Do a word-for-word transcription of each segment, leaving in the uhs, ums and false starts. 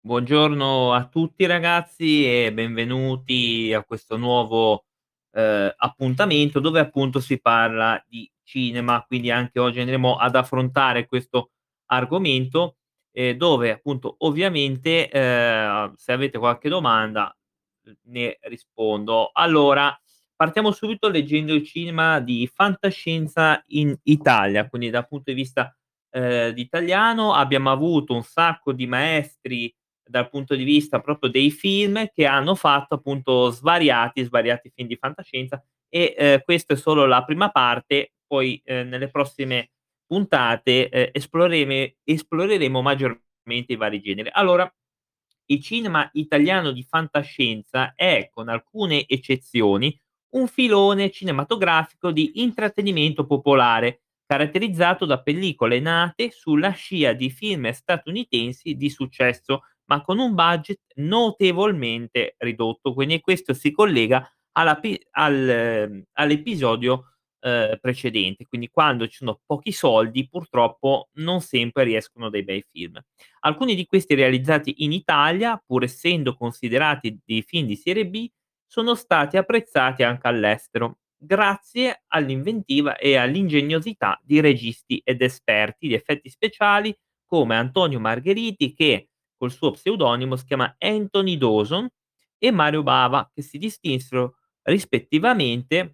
Buongiorno a tutti ragazzi e benvenuti a questo nuovo, ehm, appuntamento dove appunto si parla di cinema. Quindi anche oggi andremo ad affrontare questo argomento, ehm, dove appunto ovviamente, ehm, se avete qualche domanda, uhm, ne rispondo. Allora, partiamo subito leggendo il cinema di fantascienza in Italia, quindi dal punto di vista, ehm, di italiano abbiamo avuto un sacco di maestri dal punto di vista proprio dei film che hanno fatto appunto svariati, svariati film di fantascienza e, ehm, questo è solo la prima parte, poi, ehm, nelle prossime puntate, ehm, esploreme esploreremo maggiormente i vari generi. Allora, il cinema italiano di fantascienza è, con alcune eccezioni, un filone cinematografico di intrattenimento popolare, caratterizzato da pellicole nate sulla scia di film statunitensi di successo, ma con un budget notevolmente ridotto. Quindi questo si collega alla pi al ehm, all'episodio, ehm, precedente. Quindi quando ci sono pochi soldi, purtroppo non sempre riescono dei bei film. Alcuni di questi realizzati in Italia, pur essendo considerati dei film di serie B, sono stati apprezzati anche all'estero, grazie all'inventiva e all'ingegnosità di registi ed esperti di effetti speciali come Antonio Margheriti, che col suo pseudonimo si chiama Anthony Dawson, e Mario Bava, che si distinsero rispettivamente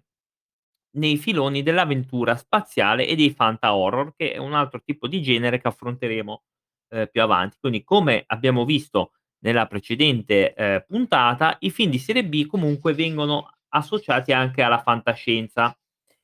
nei filoni dell'avventura spaziale e dei fanta-horror, che è un altro tipo di genere che affronteremo, ehm, più avanti. Quindi, come abbiamo visto nella precedente, ehm, puntata, i film di serie B comunque vengono associati anche alla fantascienza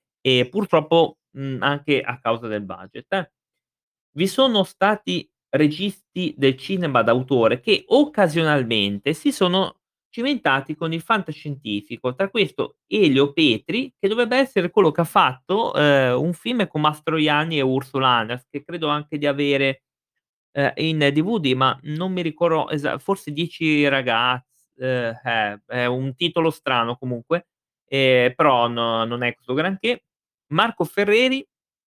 e purtroppo, mhmm, anche a causa del budget, eh. Vi sono stati registi del cinema d'autore che occasionalmente si sono cimentati con il fantascientifico, tra questo Elio Petri, che dovrebbe essere quello che ha fatto, ehm, un film con Mastroianni e Ursula Andress, che credo anche di avere, ehm, in D V D, ma non mi ricordo esa forse dieci ragaz ehm, eh, è un titolo strano comunque, ehm, però no, non è questo granché. Marco Ferreri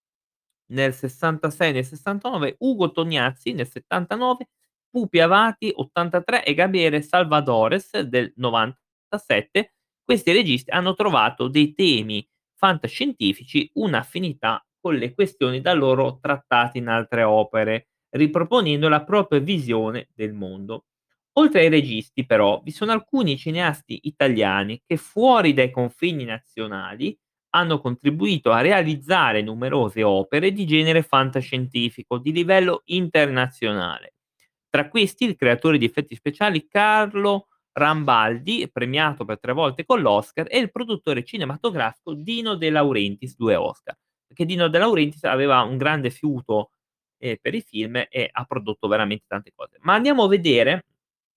nel 'sessantasei, nel 'sessantanove, Ugo Tognazzi nel 'settantanove, Pupi Avati 'ottantatré e Gabriele Salvadores del 'novantasette. Questi registi hanno trovato dei temi fantascientifici un'affinità con le questioni da loro trattate in altre opere, riproponendo la propria visione del mondo. Oltre ai registi però, vi sono alcuni cineasti italiani che fuori dai confini nazionali hanno contribuito a realizzare numerose opere di genere fantascientifico di livello internazionale. Tra questi il creatore di effetti speciali Carlo Rambaldi, premiato per tre volte con l'Oscar, e il produttore cinematografico Dino De Laurentiis, due Oscar, perché Dino De Laurentiis aveva un grande fiuto, ehm, per i film e ha prodotto veramente tante cose. Ma andiamo a vedere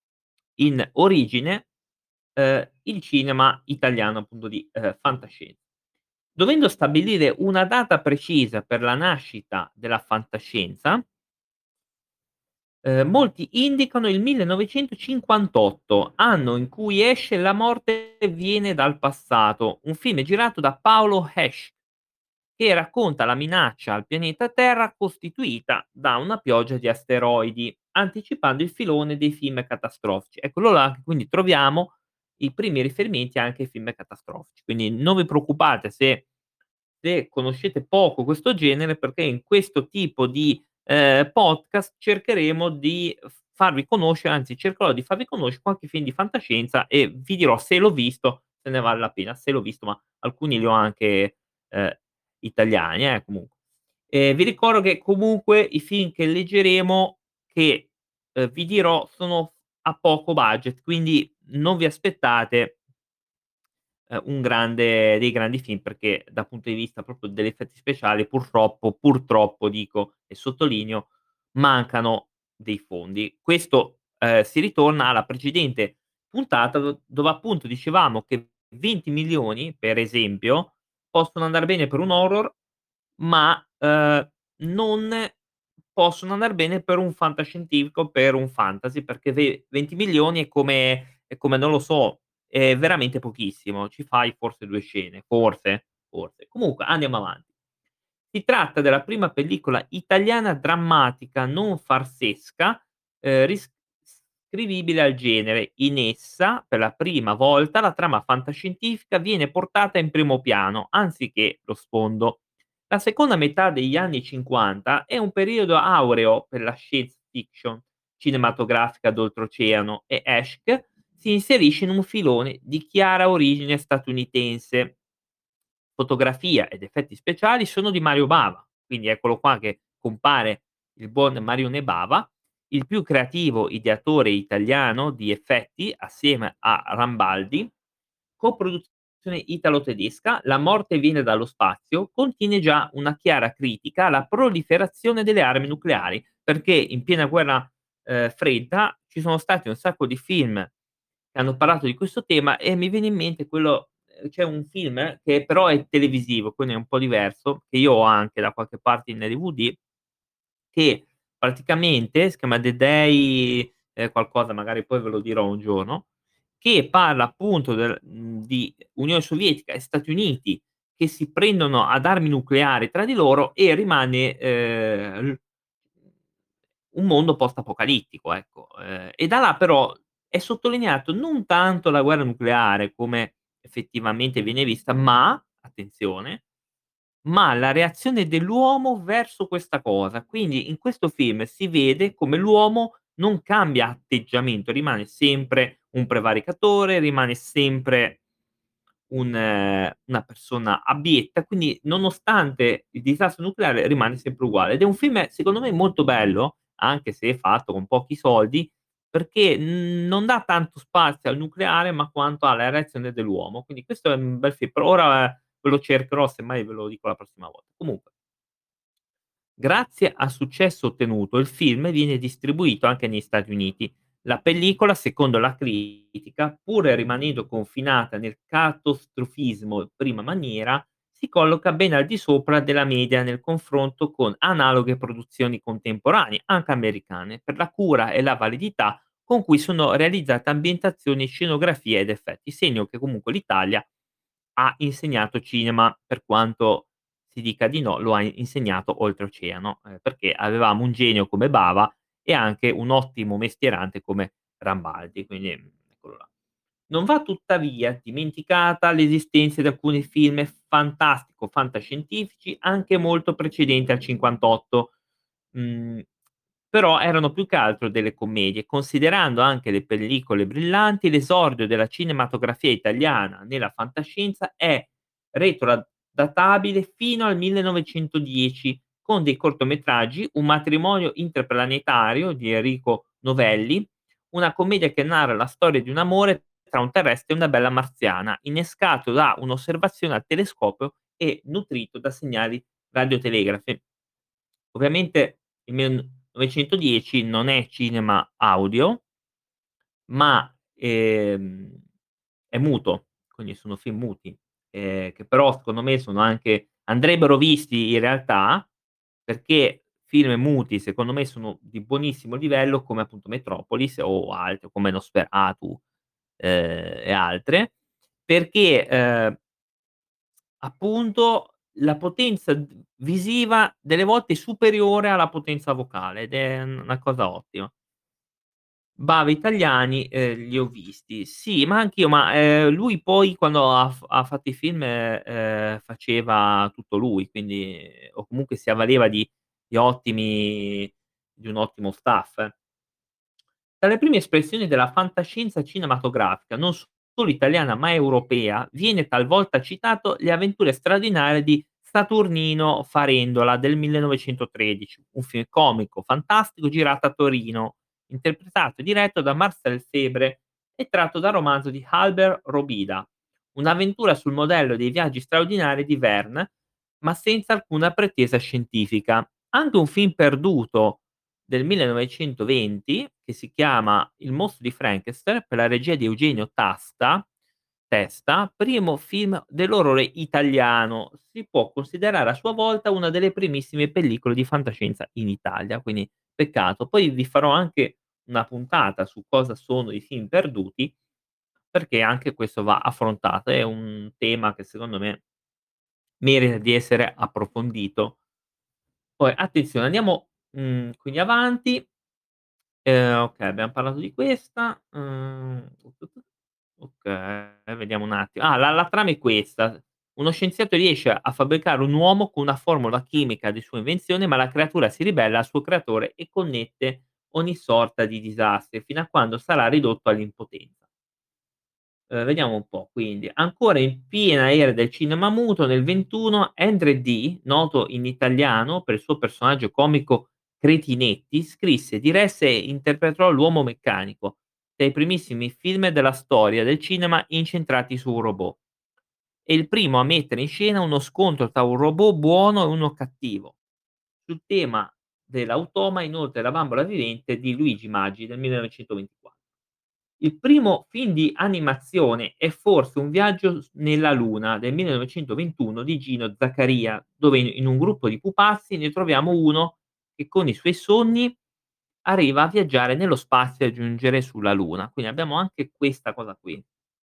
in origine, ehm, il cinema italiano appunto di, ehm, fantascienza. Dovendo stabilire una data precisa per la nascita della fantascienza, ehm, molti indicano il millenovecentocinquantotto, anno in cui esce La morte viene dal passato, un film girato da Paolo Hesch, che racconta la minaccia al pianeta Terra costituita da una pioggia di asteroidi, anticipando il filone dei film catastrofici. Eccolo là, che quindi troviamo i primi riferimenti anche ai film catastrofici. Quindi non vi preoccupate se se conoscete poco questo genere, perché in questo tipo di, ehm, podcast cercheremo di f farvi conoscere, anzi cercherò di farvi conoscere qualche film di fantascienza e vi dirò se l'ho visto, se ne vale la pena. Se l'ho visto, ma alcuni li ho anche, ehm, italiani eh, comunque. Ehm, vi ricordo che comunque i film che leggeremo, che, ehm, vi dirò, sono a poco budget, quindi non vi aspettate ehm, un grande dei grandi film, perché dal punto di vista proprio degli effetti speciali purtroppo, purtroppo dico e sottolineo, mancano dei fondi. Questo, ehm, si ritorna alla precedente puntata do dove appunto dicevamo che venti milioni per esempio, possono andar bene per un horror, ma, ehm, non possono andar bene per un fantascientifico, per un fantasy, perché ve venti milioni è come è come non lo so, è veramente pochissimo. Ci fai forse due scene, forse, forse. Comunque andiamo avanti. Si tratta della prima pellicola italiana drammatica non farsesca, ehm, ris ascrivibile al genere. In essa, per la prima volta, la trama fantascientifica viene portata in primo piano, anziché lo sfondo. La seconda metà degli anni 'cinquanta è un periodo aureo per la science fiction cinematografica d'oltreoceano e Esch si inserisce in un filone di chiara origine statunitense. Fotografia ed effetti speciali sono di Mario Bava, quindi eccolo qua che compare il buon Marione Bava, il più creativo ideatore italiano di effetti assieme a Rambaldi. Coproduzione italo-tedesca, La morte viene dallo spazio contiene già una chiara critica alla proliferazione delle armi nucleari, perché in piena guerra, ehm, fredda ci sono stati un sacco di film che hanno parlato di questo tema e mi viene in mente quello ehm, c'è un film che però è televisivo, quindi è un po' diverso, che io ho anche da qualche parte in D V D, che praticamente si chiama The Day ehm, qualcosa, magari poi ve lo dirò un giorno, che parla appunto del mhmm, di Unione Sovietica e Stati Uniti che si prendono ad armi nucleari tra di loro e rimane, ehm, l un mondo post apocalittico, ecco. Ehm, e da là però è sottolineato non tanto la guerra nucleare come effettivamente viene vista, ma, attenzione, ma la reazione dell'uomo verso questa cosa. Quindi in questo film si vede come l'uomo non cambia atteggiamento, rimane sempre un prevaricatore, rimane sempre un eh, una persona abietta, quindi nonostante il disastro nucleare rimane sempre uguale. Ed è un film secondo me molto bello, anche se fatto con pochi soldi, perché, mhmm, non dà tanto spazio al nucleare, ma quanto alla reazione dell'uomo. Quindi questo è un bel film, per ora eh, ve lo cercherò, semmai ve lo dico la prossima volta. Comunque grazie al successo ottenuto, il film viene distribuito anche negli Stati Uniti. La pellicola, secondo la critica, pur rimanendo confinata nel catastrofismo prima maniera, si colloca ben al di sopra della media nel confronto con analoghe produzioni contemporanee, anche americane, per la cura e la validità con cui sono realizzate ambientazioni, scenografie ed effetti, segno che comunque l'Italia ha insegnato cinema, per quanto si dica di no, lo ha insegnato oltreoceano, ehm, perché avevamo un genio come Bava e anche un ottimo mestierante come Rambaldi, quindi, mhmm, eccolo là. Non va tuttavia dimenticata l'esistenza di alcuni film fantastico fantascientifici, anche molto precedenti al 'cinquantotto, mhmm, però erano più che altro delle commedie. Considerando anche le pellicole brillanti, l'esordio della cinematografia italiana nella fantascienza è retrodatabile fino al millenovecentodieci, con dei cortometraggi, Un matrimonio interplanetario di Enrico Novelli, una commedia che narra la storia di un amore tra un terrestre e una bella marziana, innescato da un'osservazione al telescopio e nutrito da segnali radiotelegrafi. Ovviamente il millenovecentodieci non è cinema audio, ma, ehm, è muto, quindi sono film muti, ehm, che però secondo me sono anche andrebbero visti in realtà, perché film muti secondo me sono di buonissimo livello come appunto Metropolis o altro, come Nosferatu, ehm, e altre, perché, ehm appunto, la potenza d visiva delle volte è superiore alla potenza vocale ed è una cosa ottima. Bava italiani, ehm, li ho visti. Sì, ma anch'io, ma, ehm, lui poi quando ha f ha fatto i film, ehm, faceva tutto lui, quindi o comunque si avvaleva di di ottimi di un ottimo staff, eh. Tra le prime espressioni della fantascienza cinematografica, non solo italiana ma europea, viene talvolta citato Le avventure straordinarie di Saturnino Farendola del millenovecentotredici, un film comico fantastico girato a Torino, interpretato e diretto da Marcel Febre e tratto dal romanzo di Albert Robida, un'avventura sul modello dei viaggi straordinari di Verne, ma senza alcuna pretesa scientifica. Anche un film perduto del millenovecentoventi, che si chiama Il mostro di Frankenstein, per la regia di Eugenio Tasta Testa, primo film dell'orrore italiano. Si può considerare a sua volta una delle primissime pellicole di fantascienza in Italia, quindi peccato. Poi vi farò anche una puntata su cosa sono i film perduti, perché anche questo va affrontato. È un tema che secondo me merita di essere approfondito. Poi attenzione, andiamo, mhmm, quindi avanti. Ehm, okay, abbiam parlato di questa. Uhm, okay, vediamo un attimo. Ah, la la trama è questa: uno scienziato riesce a fabbricare un uomo con una formula chimica di sua invenzione, ma la creatura si ribella al suo creatore e connette ogni sorta di disastri, fino a quando sarà ridotto all'impotenza. Ehm, vediamo un po' quindi. Ancora in piena era del cinema muto, nel ventuno Andre Dee, noto in italiano per il suo personaggio comico Cretinetti, scrisse, diresse e interpretò L'uomo meccanico, tra i primissimi film della storia del cinema incentrati su un robot. È il primo a mettere in scena uno scontro tra un robot buono e uno cattivo. Sul tema dell'automa, inoltre, La bambola vivente di Luigi Maggi del millenovecentoventiquattro. Il primo film di animazione è forse Un viaggio s nella luna del millenovecentoventuno di Gino Zaccaria, dove in in un gruppo di pupazzi ne troviamo uno che con i suoi sogni arriva a viaggiare nello spazio e a giungere sulla luna. Quindi abbiamo anche questa cosa qui.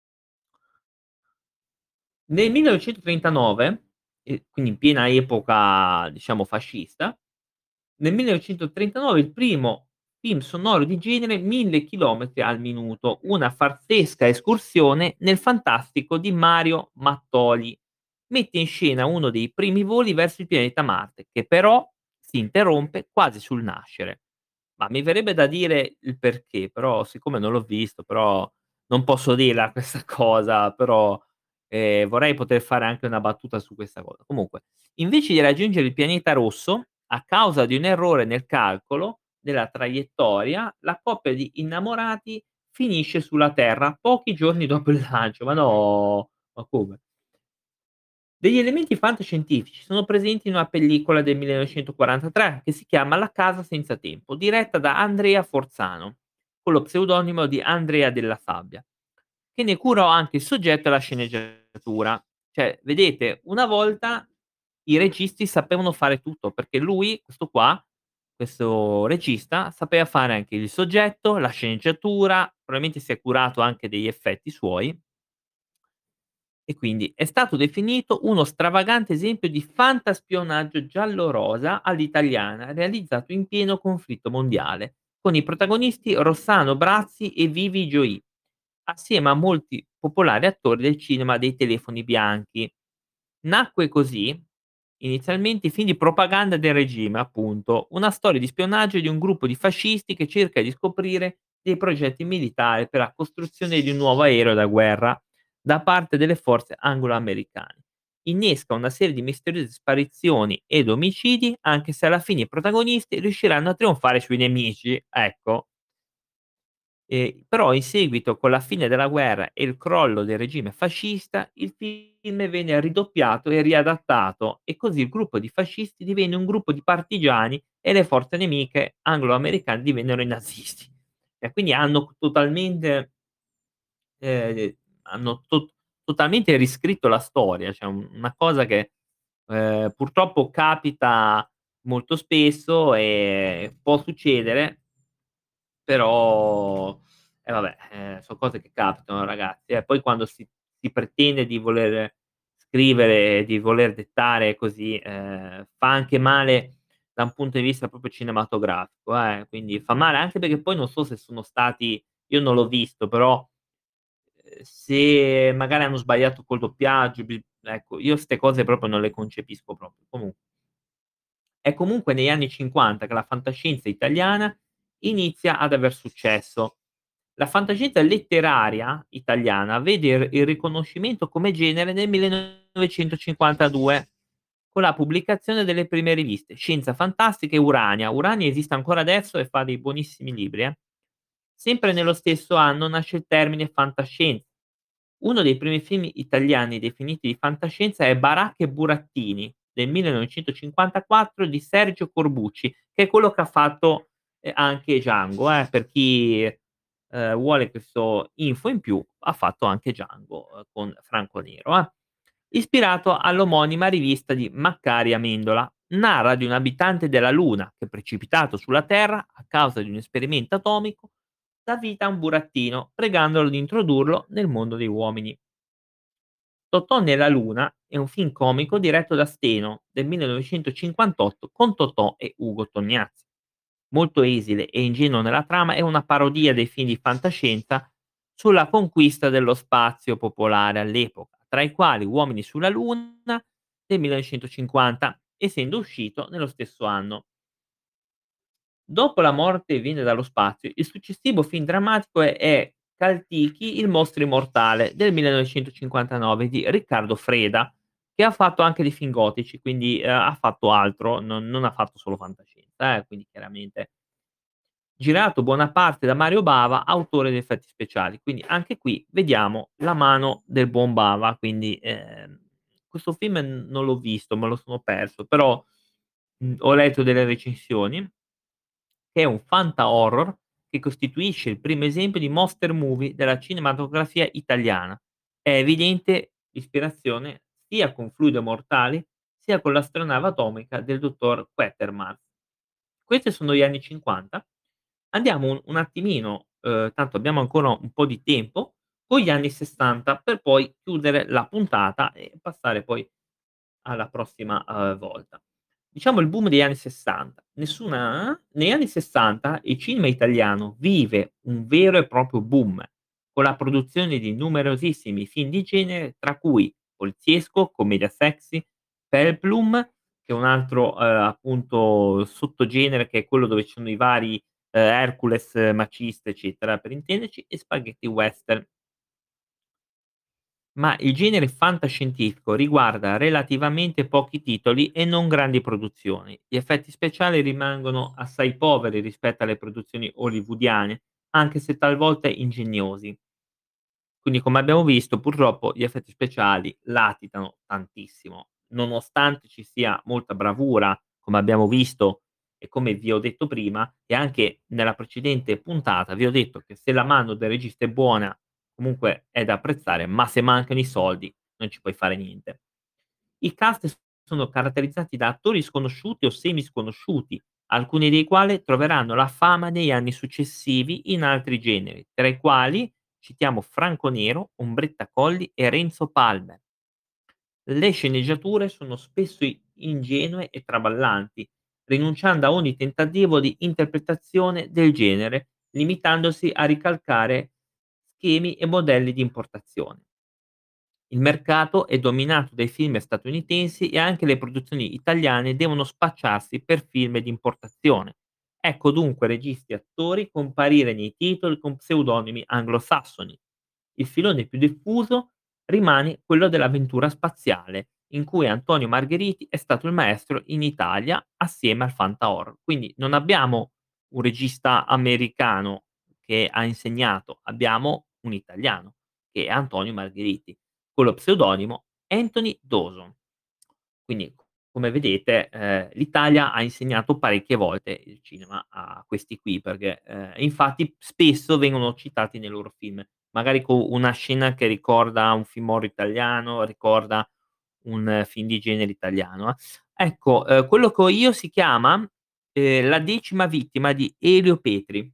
Nel millenovecentotrentanove, e quindi in piena epoca diciamo fascista, nel millenovecentotrentanove il primo film sonoro di genere, mille chilometri al minuto, una farsesca escursione nel fantastico di Mario Mattoli. Mette in scena uno dei primi voli verso il pianeta Marte, che però si interrompe quasi sul nascere. Ma mi verrebbe da dire il perché, però siccome non l'ho visto, però non posso dirla questa cosa, però, ehm, vorrei poter fare anche una battuta su questa cosa. Comunque, invece di raggiungere il pianeta rosso, a causa di un errore nel calcolo della traiettoria, la coppia di innamorati finisce sulla Terra pochi giorni dopo il lancio. Ma no, ma come? Degli elementi fantascientifici sono presenti in una pellicola del millenovecentoquarantatré che si chiama La casa senza tempo, diretta da Andrea Forzano, con lo pseudonimo di Andrea Della Sabbia, che ne curò anche il soggetto e la sceneggiatura. Cioè, vedete, una volta i registi sapevano fare tutto, perché lui, questo qua, questo regista, sapeva fare anche il soggetto, la sceneggiatura, probabilmente si è curato anche degli effetti suoi e quindi è stato definito uno stravagante esempio di fantaspionaggio giallo-rosa all'italiana, realizzato in pieno conflitto mondiale, con i protagonisti Rossano Brazzi e Vivi Gioì, assieme a molti popolari attori del cinema dei telefoni bianchi. Nacque così, inizialmente, i film di propaganda del regime, appunto, una storia di spionaggio di un gruppo di fascisti che cerca di scoprire dei progetti militari per la costruzione di un nuovo aereo da guerra da parte delle forze anglo-americane. Innesca una serie di misteriose sparizioni ed omicidi, anche se alla fine i protagonisti riusciranno a trionfare sui nemici. Ecco. Ehm, però in seguito, con la fine della guerra e il crollo del regime fascista, il film venne ridoppiato e riadattato e così il gruppo di fascisti divenne un gruppo di partigiani e le forze nemiche anglo-americane divennero i nazisti. E quindi hanno totalmente ehm, hanno to totalmente riscritto la storia, cioè un una cosa che, ehm, purtroppo capita molto spesso e può succedere, però, eh vabbè, ehm, son cose che capitano ragazzi, eh. Poi quando si si pretende di voler scrivere e di voler dettare così, ehm, fa anche male da un punto di vista proprio cinematografico, eh, quindi fa male anche perché poi non so se sono stati, io non l'ho visto, però, ehm, se magari hanno sbagliato col doppiaggio, bi ecco, io 'ste cose proprio non le concepisco proprio. Comun È comunque negli anni 'cinquanta che la fantascienza italiana inizia ad aver successo. La fantascienza letteraria italiana vede il il riconoscimento come genere nel millenovecentocinquantadue, con la pubblicazione delle prime riviste Scienza Fantastica e Urania. Urania esiste ancora adesso e fa dei buonissimi libri, eh. Sempre nello stesso anno nasce il termine fantascienza. Uno dei primi film italiani definiti di fantascienza è Baracca e burattini del millenovecentocinquantaquattro di Sergio Corbucci, che è quello che ha fatto, ehm, anche Django, eh, per chi, ehm, vuole questo info in più, ha fatto anche Django, uhm, con Franco Nero, eh. Ispirato all'omonima rivista di Maccari Amendola. Narra di un abitante della Luna che, precipitato sulla Terra a causa di un esperimento atomico, dà vita a un burattino, pregandolo di introdurlo nel mondo dei uomini. Totò nella Luna è un film comico diretto da Steno del millenovecentocinquantotto con Totò e Ugo Tognazzi. molto esile e ingenuo nella trama, è una parodia dei film di fantascienza sulla conquista dello spazio popolare all'epoca, tra i quali Uomini sulla Luna del millenovecentocinquanta, essendo uscito nello stesso anno. Dopo la morte viene dallo spazio, il successivo film drammatico è è Kalkiki, il mostro immortale del millenovecentocinquantanove di Riccardo Freda, che ha fatto anche dei film gotici, quindi, ehm, ha fatto altro, non non ha fatto solo fantascienza, eh, quindi chiaramente girato buona parte da Mario Bava, autore di effetti speciali. Quindi anche qui vediamo la mano del buon Bava, quindi, ehm, questo film n non l'ho visto, me lo sono perso, però, mhmm, ho letto delle recensioni che è un fanta-horror che costituisce il primo esempio di monster movie della cinematografia italiana. È evidente l'ispirazione sia con Fluide mortali, sia con l'astronave atomica del dottor Quatermass. Questi sono gli anni 'cinquanta. Andiamo un un attimino, uhm, tanto abbiamo ancora un po' di tempo, con gli anni 'sessanta per poi chiudere la puntata e passare poi alla prossima, uhm, volta. Diciamo il boom degli anni 'sessanta. Nessuna negli anni 'sessanta il cinema italiano vive un vero e proprio boom, con la produzione di numerosissimi film di genere, tra cui poliziesco, commedia sexy, peplum, che è un altro, ehm, appunto sottogenere che è quello dove ci sono i vari, ehm, Hercules, eh, maciste, eccetera, per intenderci, e spaghetti western. Ma il genere fantascientifico riguarda relativamente pochi titoli e non grandi produzioni. Gli effetti speciali rimangono assai poveri rispetto alle produzioni hollywoodiane, anche se talvolta ingegnosi. Quindi come abbiamo visto purtroppo gli effetti speciali latitano tantissimo, nonostante ci sia molta bravura, come abbiamo visto e come vi ho detto prima, e anche nella precedente puntata vi ho detto che se la mano del regista è buona, comunque è da apprezzare, ma se mancano i soldi non ci puoi fare niente. I cast sono caratterizzati da attori sconosciuti o semi-sconosciuti, alcuni dei quali troveranno la fama negli anni successivi in altri generi, tra i quali citiamo Franco Nero, Ombretta Colli e Renzo Palmer. Le sceneggiature sono spesso i ingenue e traballanti, rinunciando a ogni tentativo di interpretazione del genere, limitandosi a ricalcare schemi e modelli di importazione. Il mercato è dominato dai film statunitensi e anche le produzioni italiane devono spacciarsi per film di importazione. Ecco dunque registi e attori comparire nei titoli con pseudonimi anglosassoni. Il filone più diffuso rimane quello dell'avventura spaziale, in cui Antonio Margheriti è stato il maestro in Italia assieme al Fantahorror. Quindi non abbiamo un regista americano che ha insegnato, abbiamo un italiano che è Antonio Margheriti con lo pseudonimo Anthony Dawson. Quindi, come vedete, ehm, l'Italia ha insegnato parecchie volte il cinema a questi qui, perché, ehm, infatti spesso vengono citati nei loro film, magari con una scena che ricorda un film horror italiano, ricorda un eh, film di genere italiano, eh. Ecco, ehm, quello che ho io si chiama, ehm, La decima vittima di Elio Petri.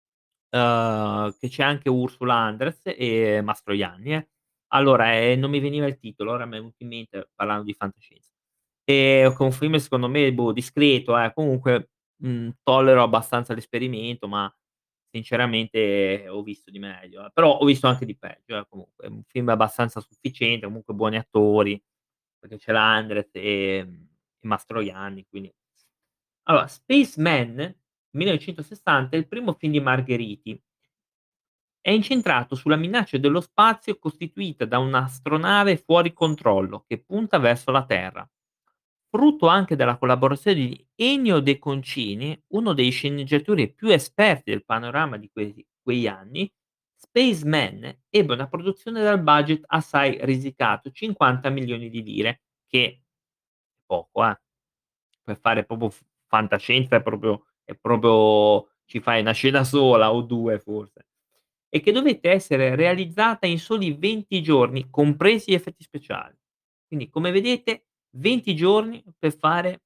Uhm, che c'è anche Ursula Andress e Mastroianni, eh. Allora, ehm, non mi veniva il titolo, ora m'è venuto in mente parlando di fantascienza. Ehm, che è un film secondo me, boh, discreto, eh, comunque, mhmm, tollero abbastanza l'esperimento, ma sinceramente ho visto di meglio, eh. Però ho visto anche di peggio, eh, comunque. È un film abbastanza sufficiente, comunque buoni attori, perché c'è la Andress, ehm, e Mastroianni, quindi allora, Spaceman millenovecentosessanta è il primo film di Margheriti. È incentrato sulla minaccia dello spazio costituita da un'astronave fuori controllo che punta verso la Terra. Frutto anche della collaborazione di Ennio De Concini, uno dei sceneggiatori più esperti del panorama di quei quegli anni, Spaceman ebbe una produzione dal budget assai risicato, cinquanta milioni di lire, che è poco, eh. Per fare proprio f fantascienza è proprio è proprio ci fai una scena sola o due forse. E che dovette essere realizzata in soli venti giorni, compresi gli effetti speciali. Quindi come vedete venti giorni per fare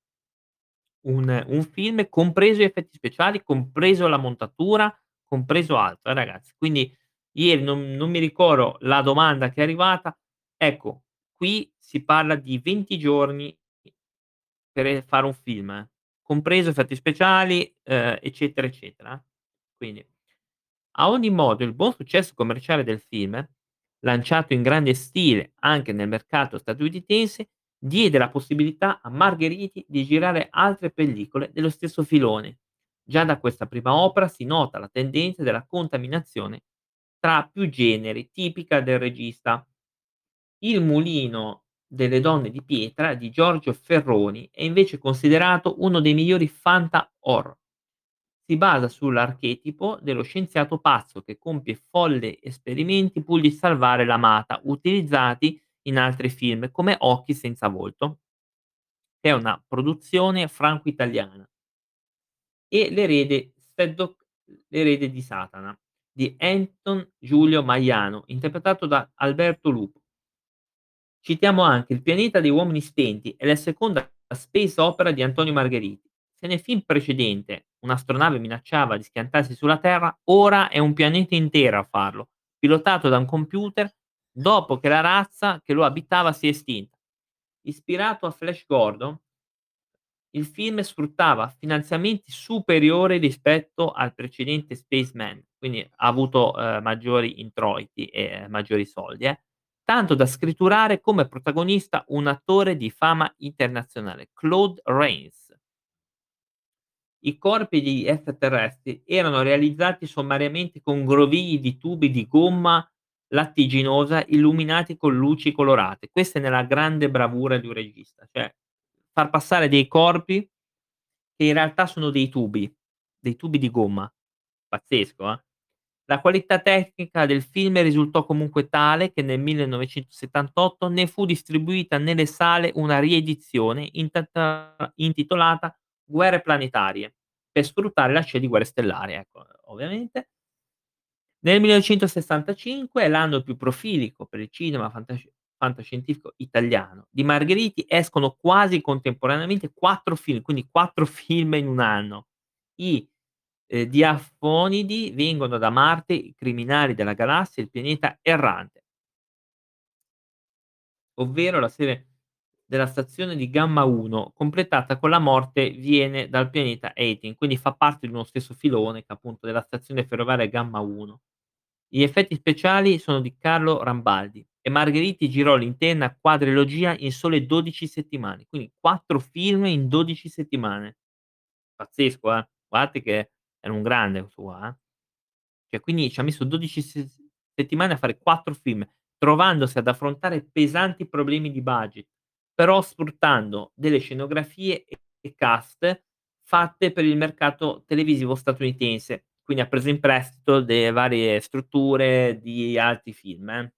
un un film, compreso gli effetti speciali, compreso la montatura, compreso altro, eh, ragazzi. Quindi ieri non non mi ricordo la domanda che è arrivata, ecco, qui si parla di venti giorni per fare un film, eh. compreso effetti speciali, ehm, eccetera, eccetera. Quindi, a ogni modo, il buon successo commerciale del film, lanciato in grande stile anche nel mercato statunitense, diede la possibilità a Margheriti di girare altre pellicole dello stesso filone. Già da questa prima opera si nota la tendenza della contaminazione tra più generi, tipica del regista. Il mulino delle donne di pietra di Giorgio Ferroni è invece considerato uno dei migliori fanta-horror. Si basa sull'archetipo dello scienziato pazzo che compie folle esperimenti pur di salvare l'amata, utilizzati in altri film come Occhi senza volto, che è una produzione franco-italiana, e L'erede Seddoc l'erede di Satana di Anton Giulio Maiano, interpretato da Alberto Lupo. Citiamo anche Il pianeta degli uomini spenti, è la seconda space opera di Antonio Margheriti. Se nel film precedente un'astronave minacciava di schiantarsi sulla Terra, ora è un pianeta intero a farlo, pilotato da un computer dopo che la razza che lo abitava si è estinta. Ispirato a Flash Gordon, il film sfruttava finanziamenti superiori rispetto al precedente Spaceman, quindi ha avuto, ehm, maggiori introiti e eh, maggiori soldi, eh, tanto da scritturare come protagonista un attore di fama internazionale, Claude Rains. I corpi degli extraterrestri erano realizzati sommariamente con grovigli di tubi di gomma lattiginosa illuminati con luci colorate. Questa è nella grande bravura di un regista, cioè far passare dei corpi che in realtà sono dei tubi, dei tubi di gomma. Pazzesco, eh. La qualità tecnica del film risultò comunque tale che nel millenovecentosettantotto ne fu distribuita nelle sale una riedizione intata intitolata "Guerre planetarie", per sfruttare la scia di "Guerre stellari", ecco, ovviamente. Nel millenovecentosessantacinque, l'anno più profilico per il cinema fantasci fantascientifico italiano, di Margheriti escono quasi contemporaneamente quattro film, quindi quattro film in un anno. I, ehm, Diafonidi vengono da Marte, i criminali della galassia, il pianeta errante, ovvero la serie della stazione di Gamma uno, completata con la morte viene dal pianeta Eighteen, quindi fa parte di uno stesso filone che appunto della stazione ferroviaria Gamma uno. Gli effetti speciali sono di Carlo Rambaldi e Margheriti girò l'intera quadrilogia in sole dodici settimane, quindi quattro film in dodici settimane. Pazzesco, eh. Guardate che era un grande questo qua, eh. Cioè quindi ci ha messo dodici se settimane a fare quattro film, trovandosi ad affrontare pesanti problemi di budget, però sfruttando delle scenografie e e cast fatte per il mercato televisivo statunitense. Quindi ha preso in prestito de varie strutture di altri film, eh,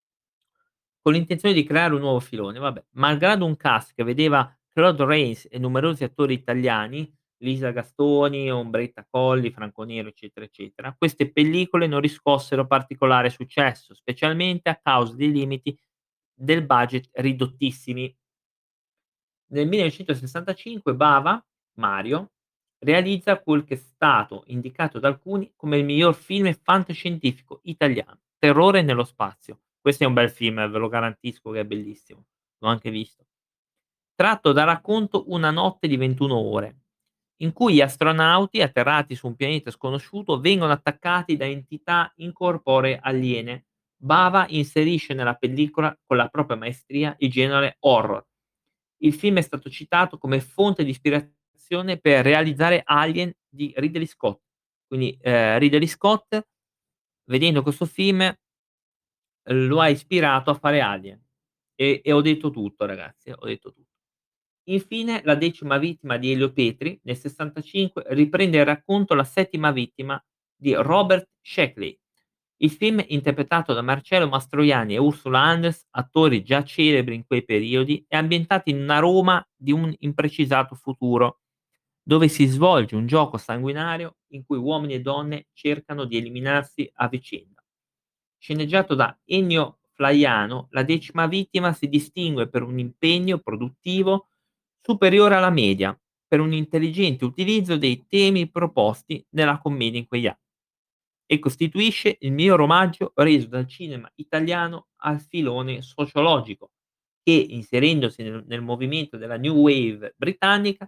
con l'intenzione di creare un nuovo filone, vabbè. Malgrado un cast che vedeva Claude Rains e numerosi attori italiani, Lisa Gastoni, Ombretta Colli, Franco Nero, eccetera, eccetera, queste pellicole non riscossero particolare successo, specialmente a causa dei limiti del budget ridottissimi. Nel millenovecentosessantacinque Bava, Mario, realizza quel che è stato indicato da alcuni come il miglior film fantascientifico italiano, Terrore nello spazio. Questo è un bel film, eh, ve lo garantisco che è bellissimo. L'ho anche visto. Tratto dal racconto Una notte di ventuno ore, in cui gli astronauti, atterrati su un pianeta sconosciuto, vengono attaccati da entità incorporee aliene. Bava inserisce nella pellicola, con la propria maestria, il genere horror. Il film è stato citato come fonte di ispirazione per realizzare Alien di Ridley Scott. Quindi, ehm, Ridley Scott, vedendo questo film, lo ha ispirato a fare Alien. E e ho detto tutto ragazzi, ho detto tutto. Infine, La decima vittima di Elio Petri, nel 'sessantacinque, riprende il racconto La settima vittima di Robert Sheckley. Il film, interpretato da Marcello Mastroianni e Ursula Andress, attori già celebri in quei periodi, è ambientato in una Roma di un imprecisato futuro, dove si svolge un gioco sanguinario in cui uomini e donne cercano di eliminarsi a vicenda. Sceneggiato da Ennio Flaiano, La decima vittima si distingue per un impegno produttivo superiore alla media, per un intelligente utilizzo dei temi proposti nella commedia in quegli anni, e costituisce il miglior omaggio reso dal cinema italiano al filone sociologico che, inserendosi nel nel movimento della new wave britannica,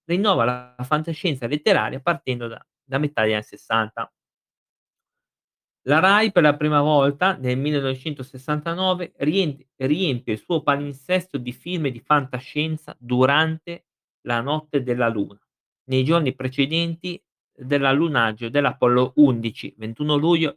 rinnova la fantascienza letteraria partendo da da metà degli anni 'sessanta. La Rai per la prima volta nel millenovecentosessantanove rient riempie il suo palinsesto di film di fantascienza durante la notte della luna, nei giorni precedenti dell'allunaggio dell'Apollo undici, ventuno luglio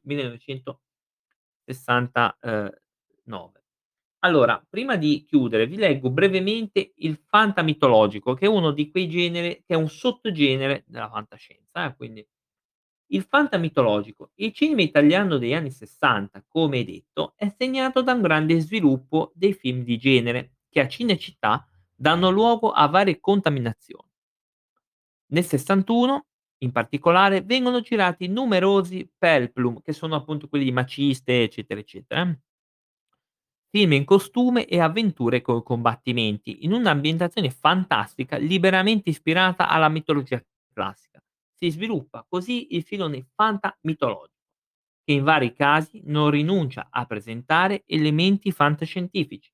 millenovecentosessantanove. Allora, prima di chiudere vi leggo brevemente il fantamitologico, che è uno di quei generi che è un sottogenere della fantascienza, eh, quindi il fantamitologico. Il cinema italiano degli anni 'sessanta, come detto, è segnato da un grande sviluppo dei film di genere, che a Cinecittà danno luogo a varie contaminazioni. Nel 'sessantuno, in particolare, vengono girati numerosi Peplum, che sono appunto quelli di Maciste, eccetera, eccetera, eh. Film in costume e avventure coi combattimenti, in un'ambientazione fantastica liberamente ispirata alla mitologia classica. Si sviluppa così il filone fantamitologico, che in vari casi non rinuncia a presentare elementi fantascientifici.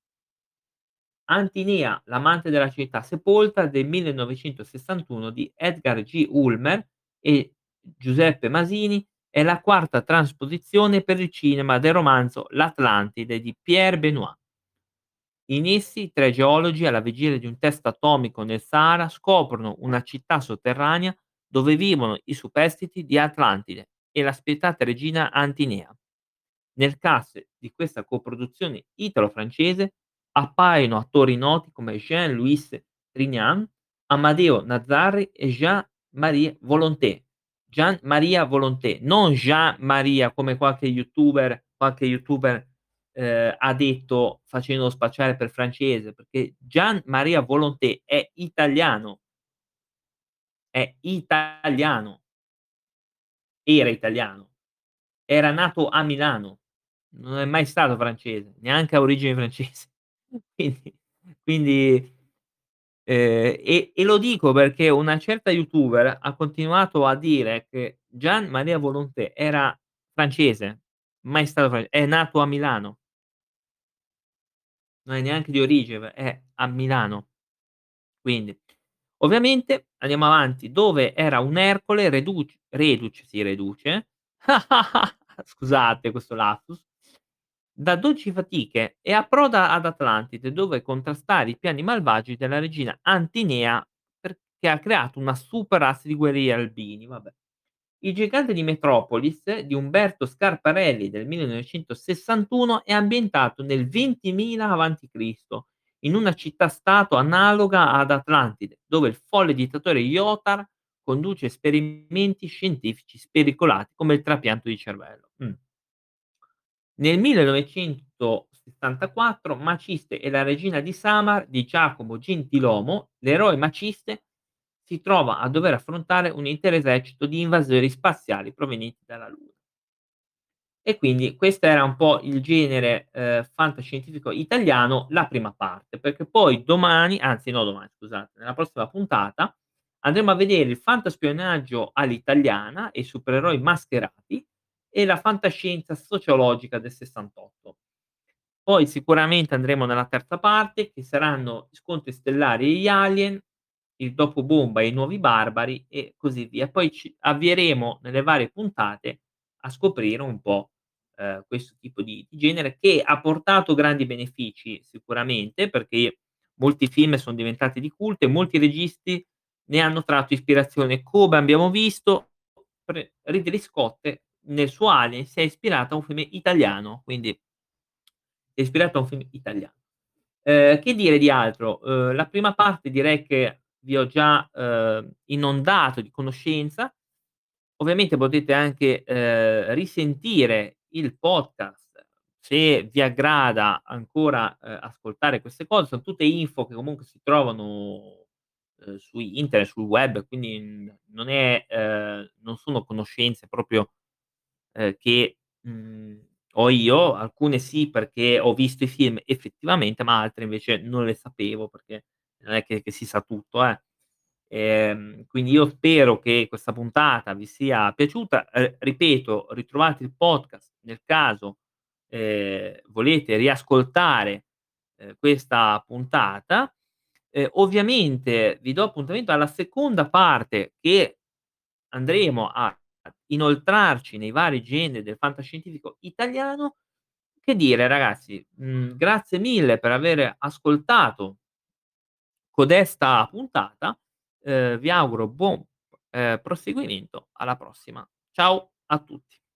Antinea, l'amante della città sepolta del millenovecentosessantuno di Edgar G. Ulmer e Giuseppe Masini è la quarta trasposizione per il cinema del romanzo L'Atlantide di Pierre Benoit. In essi, tre geologi, alla vigilia di un test atomico nel Sahara, scoprono una città sotterranea dove vivono i superstiti di Atlantide e la spietata regina Antinea. Nel cast di questa coproduzione italo-francese appaiono attori noti come Jean-Louis Trintignant, Amadeo Nazzari e Jean-Marie Volonté. Gian Maria Volonté, non Jean Maria come qualche youtuber qualche youtuber, ehm, ha detto facendolo spacciare per francese, perché Gian Maria Volonté è italiano, è italiano, era italiano, era nato a Milano, non è mai stato francese, neanche ha origini francesi. Quindi quindi Ehm, e e lo dico perché una certa youtuber ha continuato a dire che Gian Maria Volonté era francese, mai stato fran è nato a Milano, non è neanche di origine, è a Milano. Quindi, ovviamente andiamo avanti, dove era un Ercole reduc reduce sì reduce, scusate questo lapsus, da dolci fatiche e approda ad Atlantide, dove contrastare i piani malvagi della regina Antinea, perché ha creato una super razza di guerrieri albini, vabbè. Il gigante di Metropolis di Umberto Scarparelli del millenovecentosessantuno è ambientato nel ventimila avanti Cristo, in una città-stato analoga ad Atlantide, dove il folle dittatore Yotar conduce esperimenti scientifici spericolati come il trapianto di cervello. Mh. Nel millenovecentosessantaquattro Maciste e la regina di Samar di Giacomo Gentilomo, l'eroe Maciste si trova a dover affrontare un intero esercito di invasori spaziali provenienti dalla Luna. E quindi questo era un po' il genere, ehm, fantascientifico italiano, la prima parte, perché poi domani anzi no domani scusate, nella prossima puntata andremo a vedere il fantaspionaggio all'italiana e i supereroi mascherati e la fantascienza sociologica del 'sessantotto. Poi sicuramente andremo nella terza parte, che saranno scontri stellari e gli alien, il dopo bomba e i nuovi barbari e così via. Poi ci avvieremo nelle varie puntate a scoprire un po', ehm, questo tipo di di genere che ha portato grandi benefici sicuramente, perché molti film son diventati di culto e molti registi ne hanno tratto ispirazione. Come abbiamo visto, pre Ridley Scott nel suo Alien si è ispirato a un film italiano, quindi si è ispirato a un film italiano. Ehm, che dire di altro? Uhm, la prima parte direi che vi ho già, uhm, inondato di conoscenza. Ovviamente potete anche, ehm, risentire il podcast se vi aggrada ancora, ehm, ascoltare queste cose. Son tutte info che comunque si trovano, uhm, su internet, sul web, quindi, mhmm, non è ehm, non sono conoscenze proprio ehm, che, mhmm, ho io, alcune sì perché ho visto i film effettivamente, ma altre invece non le sapevo perché non è che che si sa tutto, eh. Ehm, quindi io spero che questa puntata vi sia piaciuta. Ehm, ripeto, ritrovate il podcast nel caso, ehm, volete riascoltare, ehm, questa puntata Ehm, ovviamente vi do appuntamento alla seconda parte che andremo a inoltrarci nei vari generi del fantascientifico italiano. Che dire ragazzi, mhmm, grazie mille per avere ascoltato codesta puntata, ehm, vi auguro buon, ehm, proseguimento. Alla prossima. Ciao a tutti.